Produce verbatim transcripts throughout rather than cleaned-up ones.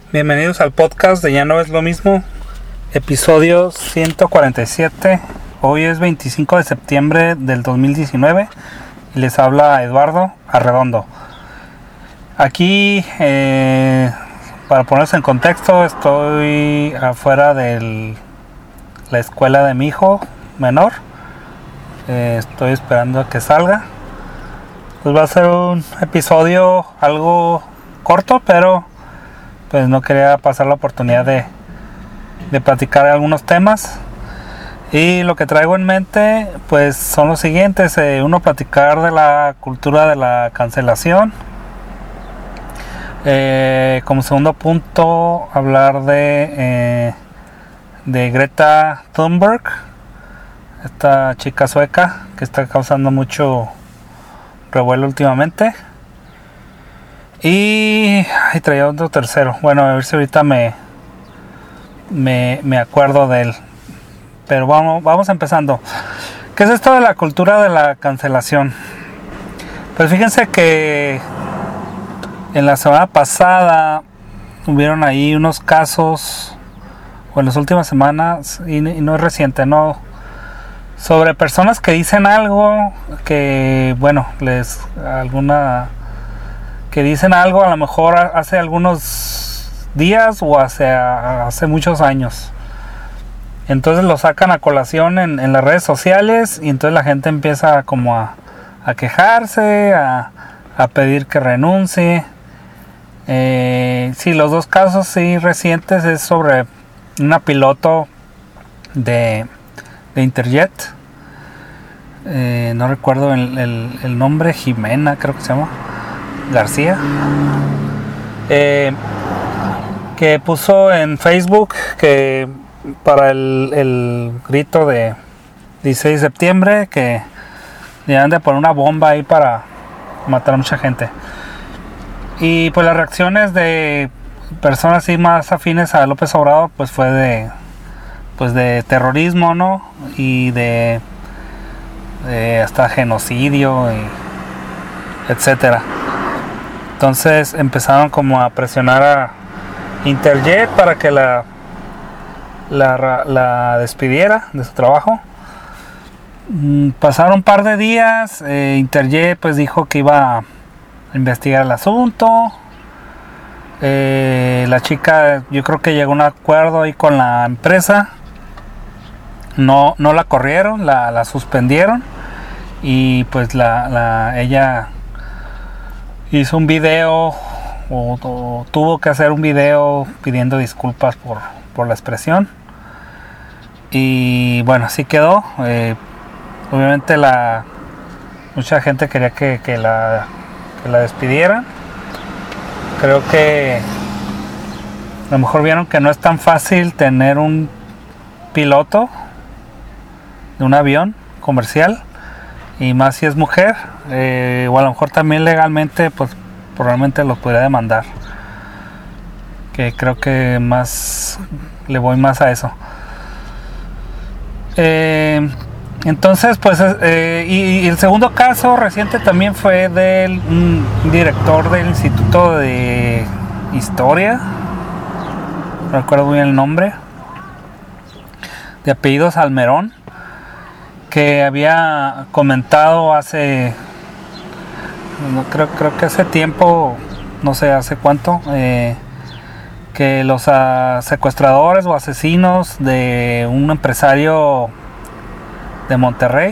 Bienvenidos al podcast de Ya No Es Lo Mismo, episodio ciento cuarenta y siete. Hoy es veinticinco de septiembre del dos mil diecinueve y les habla Eduardo Arredondo. Aquí, eh, para ponerse en contexto, estoy afuera de la escuela de mi hijo menor. Eh, estoy esperando a que salga. Pues va a ser un episodio algo corto, pero pues no quería pasar la oportunidad de, de platicar algunos temas. Y lo que traigo en mente pues son los siguientes. Eh, uno, platicar de la cultura de la cancelación. Eh, como segundo punto, hablar de, eh, de Greta Thunberg, esta chica sueca que está causando mucho revuelo últimamente. Y ay, traía otro tercero. Bueno, a ver si ahorita me, me, me acuerdo de él. Pero vamos, vamos empezando. ¿Qué es esto de la cultura de la cancelación? Pues fíjense que en la semana pasada hubieron ahí unos casos, o en las últimas semanas, y, y no es reciente, no, sobre personas que dicen algo que, bueno, les alguna que dicen algo a lo mejor hace algunos días o hace, hace muchos años. Entonces lo sacan a colación en, en las redes sociales y entonces la gente empieza como a, a quejarse, a, a pedir que renuncie. Eh, sí, los dos casos sí recientes es sobre una piloto de, de Interjet. Eh, no recuerdo el, el, el nombre, Jimena creo que se llama, García, eh, que puso en Facebook que para el, el grito de dieciséis de septiembre que debían de poner una bomba ahí para matar a mucha gente. Y pues las reacciones de personas así más afines a López Obrador pues fue de pues de terrorismo, ¿no? Y de, de hasta genocidio y etcétera. Entonces empezaron como a presionar a Interjet para que la, la, la despidiera de su trabajo. Pasaron un par de días, eh, Interjet pues dijo que iba a investigar el asunto. Eh, la chica yo creo que llegó a un acuerdo ahí con la empresa. No, no la corrieron, la, la suspendieron. Y pues la, la ella hizo un video o, o tuvo que hacer un video pidiendo disculpas por, por la expresión. Y bueno, así quedó. Eh, obviamente la mucha gente quería que, que, la, que la despidieran. Creo que a lo mejor vieron que no es tan fácil tener un piloto de un avión comercial, y más si es mujer, eh, o a lo mejor también legalmente pues probablemente lo podría demandar, que creo que más le voy más a eso. Eh, entonces pues eh, y, y el segundo caso reciente también fue del un director del Instituto de Historia, no recuerdo bien el nombre, de apellido Salmerón, que había comentado hace, no, creo, creo que hace tiempo, no sé hace cuánto, eh, que los uh, secuestradores o asesinos de un empresario de Monterrey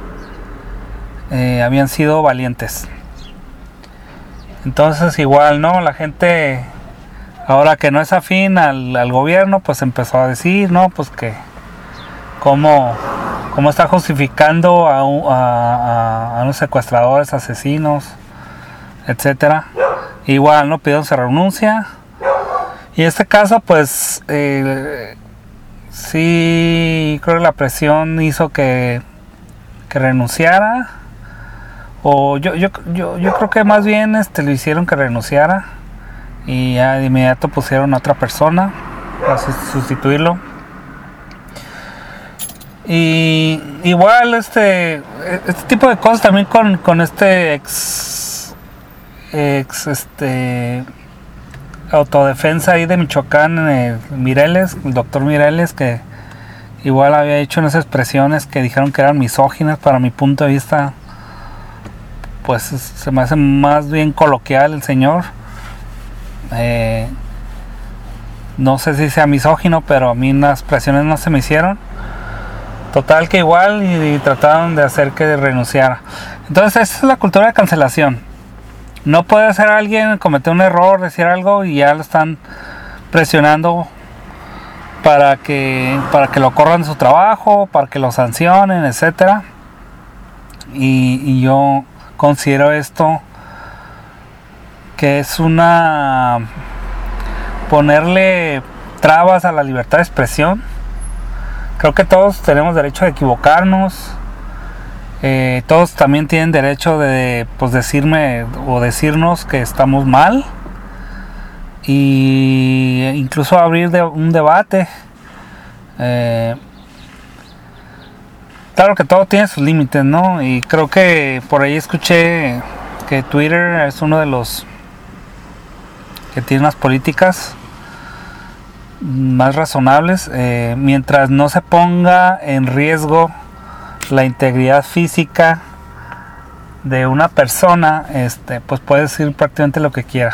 eh, habían sido valientes. Entonces igual, ¿no? La gente, ahora que no es afín al, al gobierno, pues empezó a decir, ¿no? Pues que cómo... cómo está justificando a, a, a, a unos secuestradores, asesinos, etcétera. Igual, ¿no? Pidieron se renuncia. Y en este caso, pues, eh, sí, creo que la presión hizo que, que renunciara. O yo, yo, yo, yo creo que más bien este, lo hicieron que renunciara. Y ya de inmediato pusieron a otra persona para sustituirlo. Y igual este este tipo de cosas también con, con este ex ex este autodefensa ahí de Michoacán, eh, Mireles, el doctor Mireles, que igual había hecho unas expresiones que dijeron que eran misóginas. Para mi punto de vista, pues se me hace más bien coloquial el señor. Eh, no sé si sea misógino, pero a mí las expresiones no se me hicieron. Total que igual y, y trataron de hacer que renunciara. Entonces esa es la cultura de cancelación. No puede ser alguien cometer un error, decir algo y ya lo están presionando para que para que lo corran de su trabajo, para que lo sancionen, etcétera. Y, y yo considero esto que es una ponerle trabas a la libertad de expresión. Creo que todos tenemos derecho a equivocarnos. Eh, todos también tienen derecho de pues decirme o decirnos que estamos mal, y incluso abrir de un debate. Eh, claro que todo tiene sus límites, ¿no? Y creo que por ahí escuché que Twitter es uno de los que tiene unas políticas más razonables, eh, mientras no se ponga en riesgo la integridad física de una persona, este, pues puede decir prácticamente lo que quiera.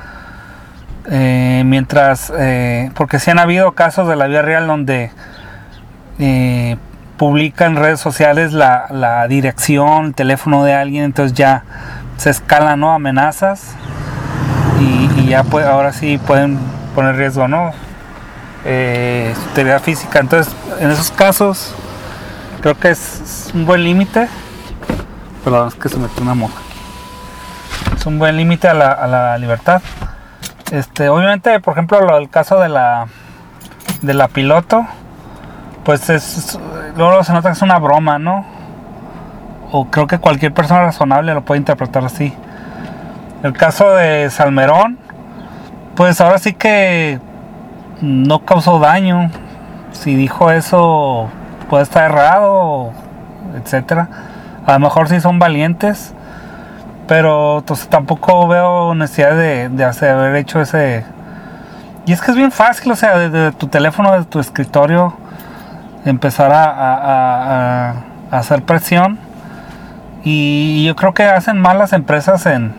Eh, mientras, eh, porque sí han habido casos de la vida real donde eh, publica en redes sociales la, la dirección, el teléfono de alguien, entonces ya se escalan, ¿no?, amenazas, y, y ya puede, ahora sí pueden poner riesgo, ¿no?, eh, su integridad física. Entonces, en esos casos creo que es un buen límite. Perdón, es que se metió una mosca. Es un buen límite a la, a la libertad. Este, obviamente, por ejemplo, lo del caso de la de la piloto, pues es, luego se nota que es una broma, ¿no? O creo que cualquier persona razonable lo puede interpretar así. El caso de Salmerón, pues ahora sí que no causó daño. Si dijo eso, puede estar errado, etcétera. A lo mejor sí son valientes, pero entonces tampoco veo necesidad de, de hacer, haber hecho ese. Y es que es bien fácil, o sea, desde tu teléfono, desde tu escritorio, empezar a, a, a, a hacer presión. Y yo creo que hacen mal las empresas en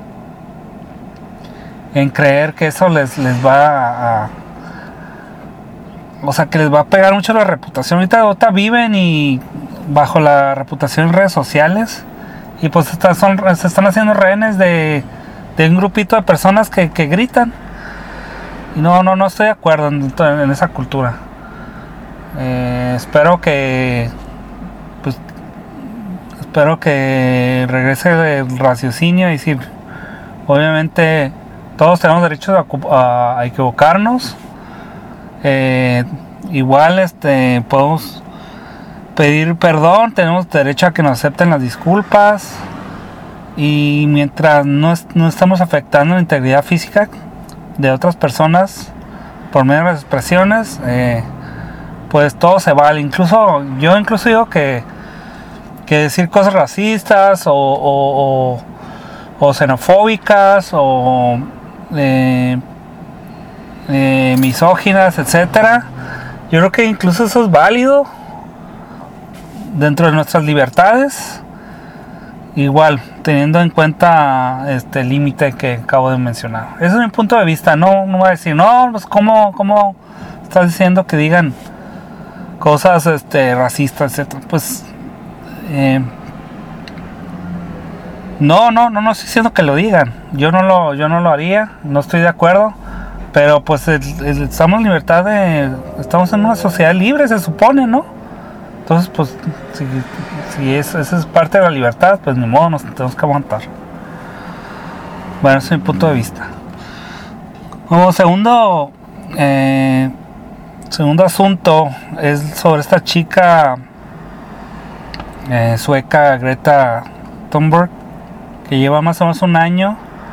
en creer que eso les, les va a, a o sea, que les va a pegar mucho la reputación. Ahorita, ahorita viven y bajo la reputación en redes sociales, y pues está, son, se están haciendo rehenes de, de un grupito de personas que, que gritan. Y no, no, no estoy de acuerdo en, en esa cultura. Eh, espero que pues espero que regrese el raciocinio y decir, obviamente todos tenemos derecho a, a equivocarnos. Eh, igual este podemos pedir perdón, tenemos derecho a que nos acepten las disculpas, y mientras no, es, no estamos afectando la integridad física de otras personas por medio de las expresiones, eh, pues todo se vale. Incluso yo incluso digo que, que decir cosas racistas o, o, o, o xenofóbicas o eh, Eh, misóginas, etcétera, yo creo que incluso eso es válido dentro de nuestras libertades, igual teniendo en cuenta este límite que acabo de mencionar. Ese es mi punto de vista. No, no voy a decir, no, pues cómo, cómo estás diciendo que digan cosas este, racistas, etcétera. Pues eh, no, no, no, no estoy diciendo que lo digan. Yo no lo, yo no lo haría, no estoy de acuerdo. Pero pues el, el, estamos en libertad de, estamos en una sociedad libre, se supone, ¿no? Entonces pues si, si es, esa es parte de la libertad, pues ni modo, nos tenemos que aguantar. Bueno, ese es mi punto de vista. Como segundo eh, segundo asunto es sobre esta chica eh, sueca, Greta Thunberg, que lleva más o menos un año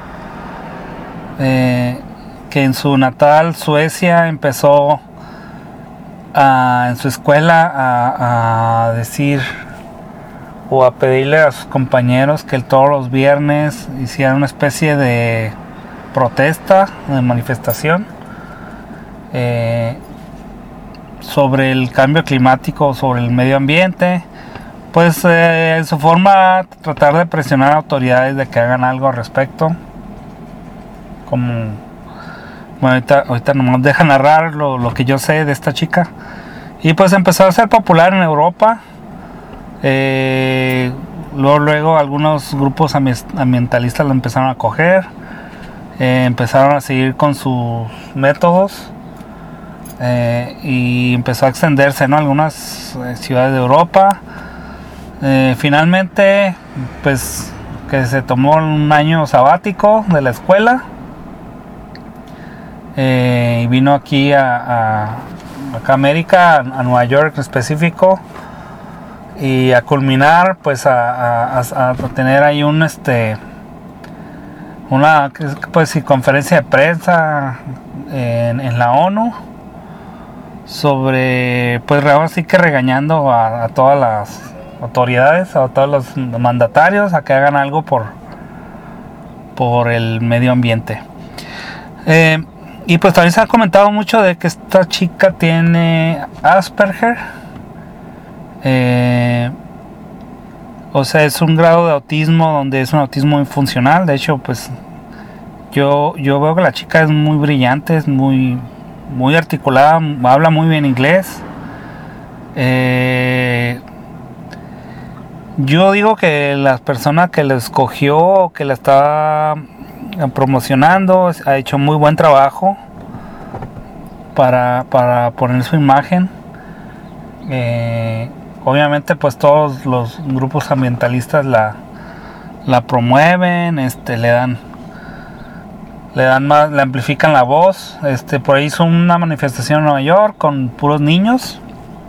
eh, que en su natal Suecia empezó a, en su escuela a, a decir o a pedirle a sus compañeros que todos los viernes hicieran una especie de protesta, de manifestación eh, sobre el cambio climático, sobre el medio ambiente. Pues eh, en su forma tratar de presionar a autoridades de que hagan algo al respecto. Como bueno, ahorita, ahorita nomás deja narrar lo, lo que yo sé de esta chica. Y pues empezó a ser popular en Europa. Eh, luego, luego algunos grupos ambientalistas lo empezaron a coger. Eh, empezaron a seguir con sus métodos. Eh, y empezó a extenderse, ¿no? Algunas eh, ciudades de Europa. Eh, finalmente, pues que se tomó un año sabático de la escuela eh, y vino aquí a, a, acá a América, a, a Nueva York en específico, y a culminar, pues a, a, a tener ahí un este una pues sí, conferencia de prensa en, en la ONU sobre, pues ahora sí que regañando a, a todas las autoridades, a todos los mandatarios a que hagan algo por por el medio ambiente. Eh, y pues también se ha comentado mucho de que esta chica tiene Asperger. Eh, o sea, es un grado de autismo donde es un autismo infuncional. De hecho, pues yo yo veo que la chica es muy brillante, es muy muy articulada, habla muy bien inglés. Eh, Yo digo que la persona que la escogió, que la está promocionando, ha hecho muy buen trabajo para, para poner su imagen. Eh, obviamente pues todos los grupos ambientalistas la, la promueven, este, le dan le dan más, le amplifican la voz. Este, por ahí hizo una manifestación en Nueva York con puros niños.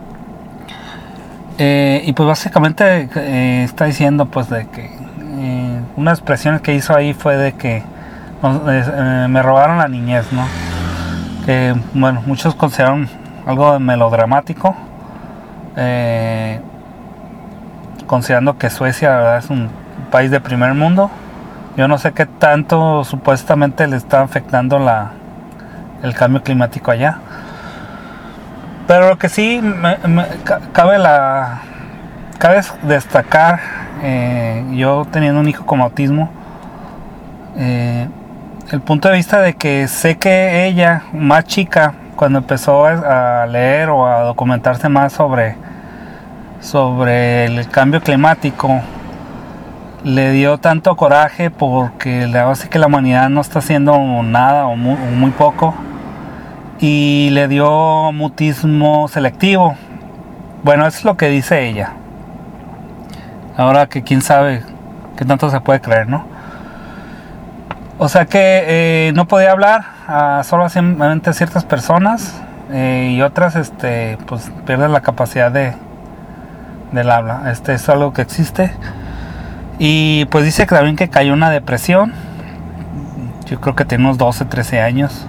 Eh, y pues básicamente eh, está diciendo pues de que eh, una expresión que hizo ahí fue de que eh, me robaron la niñez, ¿no? Que bueno, muchos consideran algo de melodramático, eh, considerando que Suecia la verdad es un país de primer mundo. Yo no sé qué tanto supuestamente le está afectando la, el cambio climático allá. Pero lo que sí me, me, cabe la cabe destacar, eh, yo teniendo un hijo con autismo, eh, el punto de vista de que sé que ella, más chica, cuando empezó a leer o a documentarse más sobre, sobre el cambio climático, le dio tanto coraje porque la verdad es que la humanidad no está haciendo nada o muy, o muy poco. Y le dio mutismo selectivo. Bueno, eso es lo que dice ella. Ahora que quién sabe qué tanto se puede creer, ¿no? O sea que eh, no podía hablar a solamente a ciertas personas eh, y otras este, pues pierden la capacidad de del habla. Este es algo que existe. Y pues dice que también que cayó en una depresión. Yo creo que tiene unos doce, trece años.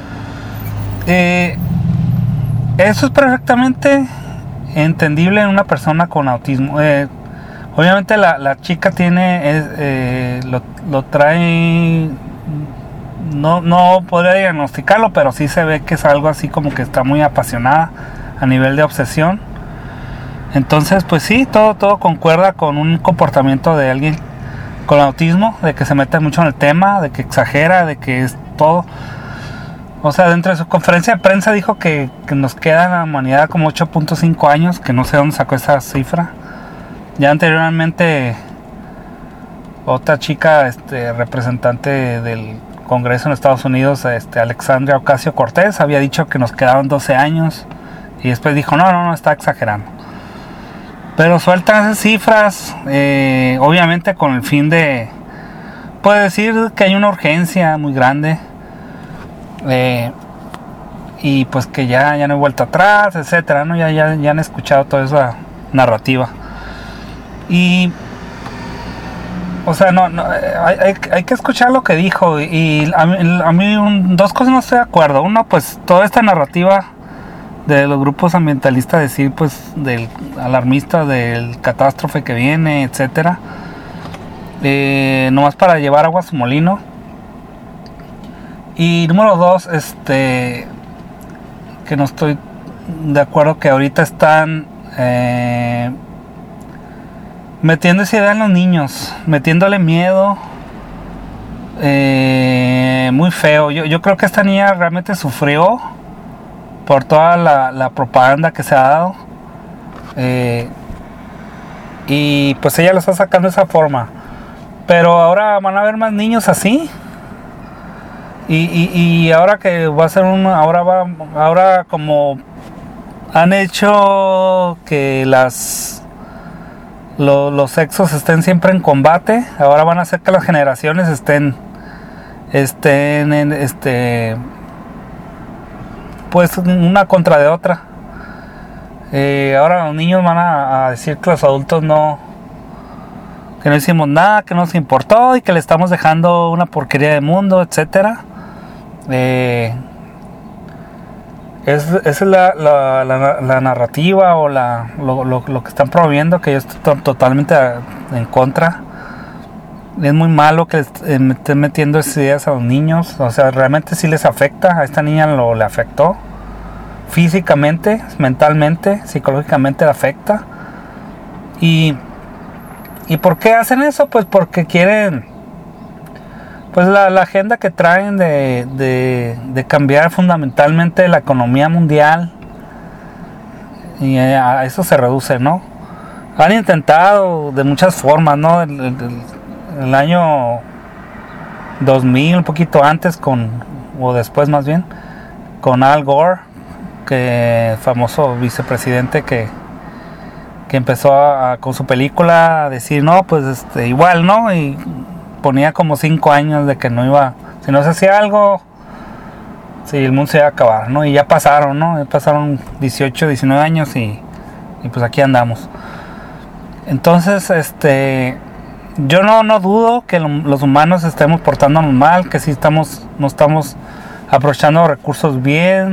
Eh, eso es perfectamente entendible en una persona con autismo. Eh, obviamente la, la chica tiene, eh, lo, lo trae, no, no podría diagnosticarlo, pero sí se ve que es algo así como que está muy apasionada a nivel de obsesión. Entonces, pues sí, todo, todo concuerda con un comportamiento de alguien con autismo, de que se mete mucho en el tema, de que exagera, de que es todo. O sea, dentro de su conferencia de prensa dijo que, que nos queda en la humanidad como ocho punto cinco años, que no sé dónde sacó esa cifra. Ya anteriormente otra chica, este, representante del Congreso en Estados Unidos, este, Alexandria Ocasio-Cortez, había dicho que nos quedaban doce años y después dijo, no, no, no, está exagerando. Pero sueltan esas cifras, eh, obviamente con el fin de, puede decir que hay una urgencia muy grande. Eh, y pues que ya, ya no he vuelto atrás, etcétera, ¿no? Ya, ya, ya han escuchado toda esa narrativa. Y o sea, no, no hay, hay, hay que escuchar lo que dijo. Y a mí, a mí un, dos cosas no estoy de acuerdo. Uno, pues toda esta narrativa de los grupos ambientalistas, decir pues del alarmista, del catástrofe que viene, etcétera, eh, nomás para llevar agua a su molino. Y número dos, este, que no estoy de acuerdo que ahorita están eh, metiendo esa idea en los niños, metiéndole miedo, eh, muy feo. Yo, yo creo que esta niña realmente sufrió por toda la, la propaganda que se ha dado, eh, y pues ella lo está sacando de esa forma. Pero ahora van a haber más niños así. Y, y, y ahora que va a ser un, ahora va, ahora como han hecho que las lo, los sexos estén siempre en combate, ahora van a hacer que las generaciones estén estén en este pues una contra de otra. Eh, ahora los niños van a, a decir que los adultos no, que no hicimos nada, que no nos importó y que le estamos dejando una porquería de mundo, etcétera. Eh, es, es la, la, la, la narrativa o la, lo, lo, lo que están promoviendo, que yo estoy to- totalmente a, en contra. Es muy malo que estén metiendo esas ideas a los niños. O sea, realmente sí les afecta. A esta niña lo le afectó físicamente, mentalmente, psicológicamente le afecta. Y, ¿y por qué hacen eso? Pues porque quieren, pues la, la agenda que traen de, de, de cambiar fundamentalmente la economía mundial, y a eso se reduce, ¿no? Han intentado de muchas formas, ¿no? El, el, el año dos mil, un poquito antes, con o después más bien, con Al Gore, que famoso vicepresidente que que empezó a, con su película a decir no, pues este igual, ¿no? Y ponía como cinco años de que no iba, si no se hacía algo, si sí, el mundo se iba a acabar, ¿no? Y ya pasaron, ¿no? Ya pasaron dieciocho, diecinueve años y, y pues aquí andamos. Entonces, este, yo no, no dudo que lo, los humanos estemos portándonos mal, que sí estamos, no estamos aprovechando recursos bien,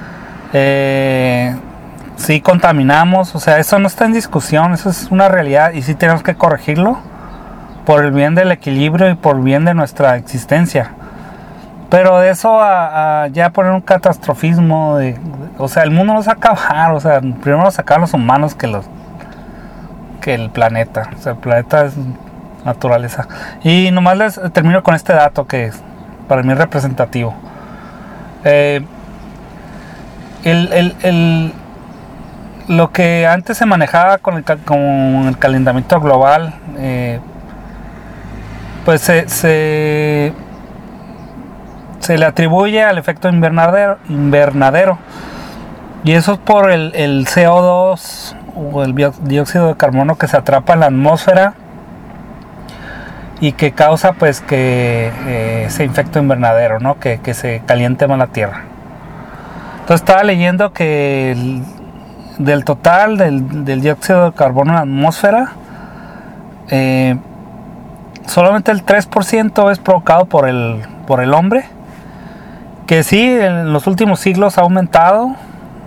eh, sí contaminamos, o sea, eso no está en discusión, eso es una realidad y sí tenemos que corregirlo por el bien del equilibrio y por el bien de nuestra existencia. Pero de eso a, a ya poner un catastrofismo, de, o sea, el mundo no se va a acabar, o sea, primero nos acaban los humanos que los que el planeta, o sea, el planeta es naturaleza. Y nomás les termino con este dato que para mí es representativo. Eh, el, el, el, lo que antes se manejaba con el, con el calentamiento global, eh, pues se, se, se le atribuye al efecto invernadero, invernadero y eso es por el, el C O dos o el dióxido de carbono que se atrapa en la atmósfera y que causa pues que eh, ese efecto invernadero, ¿no? que, que se caliente más la tierra. Entonces estaba leyendo que el, del total del, del dióxido de carbono en la atmósfera, eh, solamente el tres por ciento es provocado por el, por el hombre, que sí, en los últimos siglos ha aumentado,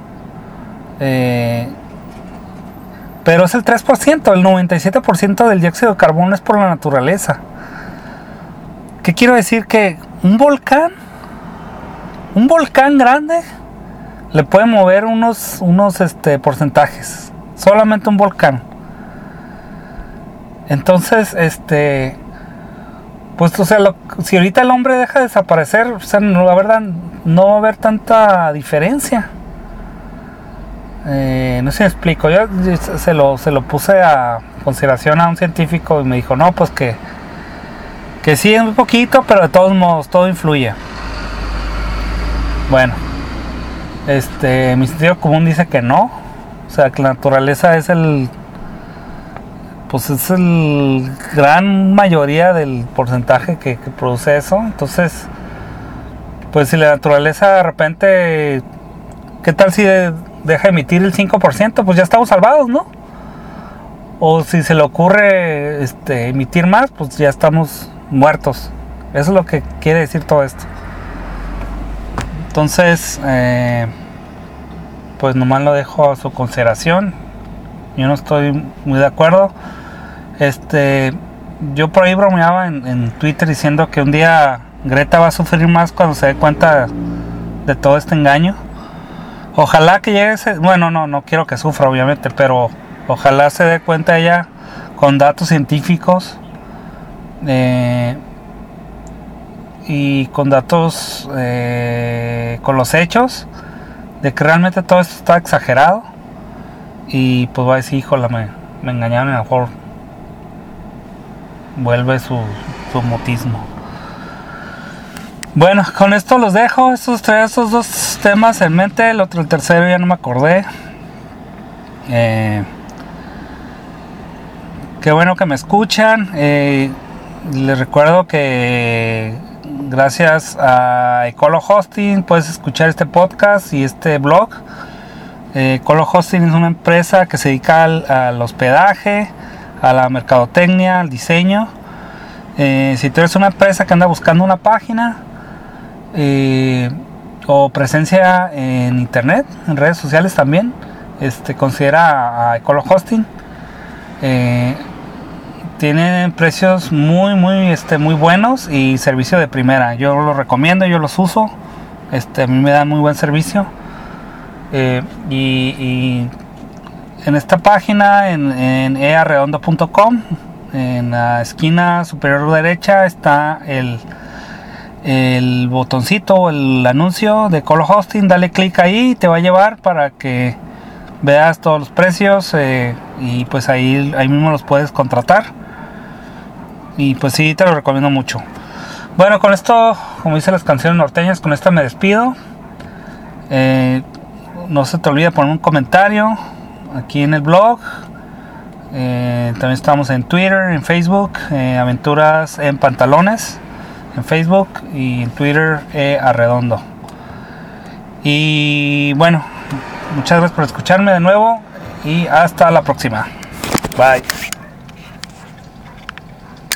eh, pero es el tres por ciento, el noventa y siete por ciento del dióxido de carbono es por la naturaleza. ¿Qué quiero decir? Que un volcán, un volcán grande, le puede mover unos, unos este, porcentajes, solamente un volcán. Entonces, este... pues, o sea, lo, si ahorita el hombre deja de desaparecer, o sea, no, la verdad, no va a haber tanta diferencia. Eh, no sé si me explico. Yo, yo se, lo, se lo puse a consideración a un científico y me dijo, no, pues que, que sí, es un poquito, pero de todos modos, todo influye. Bueno, este, mi sentido común dice que no. O sea, que la naturaleza es el... pues es el gran mayoría del porcentaje que, que produce eso. Entonces, pues si la naturaleza de repente, ¿qué tal si de, deja emitir el cinco por ciento? Pues ya estamos salvados, ¿no? O si se le ocurre este, emitir más, pues ya estamos muertos. Eso es lo que quiere decir todo esto. Entonces, eh, pues nomás lo dejo a su consideración. Yo no estoy muy de acuerdo. Este, yo por ahí bromeaba en, en Twitter diciendo que un día Greta va a sufrir más cuando se dé cuenta de todo este engaño. Ojalá que llegue ese, bueno, no, no quiero que sufra obviamente, pero ojalá se dé cuenta ella con datos científicos eh, y con datos, eh, con los hechos, de que realmente todo esto está exagerado. Y pues va a decir, híjole, me, me engañaron, y a lo mejor vuelve su, su mutismo. Bueno, con esto los dejo, estos tres, esos dos temas en mente. El otro, el tercero ya no me acordé. Eh, qué bueno que me escuchan. Eh, les recuerdo que gracias a Ecolo Hosting puedes escuchar este podcast y este blog. Eh, Ecolo Hosting es una empresa que se dedica al, al hospedaje, a la mercadotecnia, al diseño. Eh, si tú eres una empresa que anda buscando una página eh, o presencia en internet, en redes sociales también, este, considera a Ecolo Hosting. Eh, tienen precios muy muy este, muy buenos y servicio de primera. Yo los recomiendo, yo los uso. Este, a mí me dan muy buen servicio. Eh, y, y en esta página, en, en e arredondo punto com, en la esquina superior derecha está el, el botoncito, el anuncio de Ecolo Hosting. Dale clic ahí y te va a llevar para que veas todos los precios, eh, y pues ahí, ahí mismo los puedes contratar. Y pues sí, te lo recomiendo mucho. Bueno, con esto, como dicen las canciones norteñas, con esto me despido. Eh, no se te olvide poner un comentario aquí en el blog. Eh, también estamos en Twitter, en Facebook, eh, Aventuras en Pantalones, en Facebook, y en Twitter, eh, Arredondo. Y bueno, muchas gracias por escucharme de nuevo y hasta la próxima. Bye.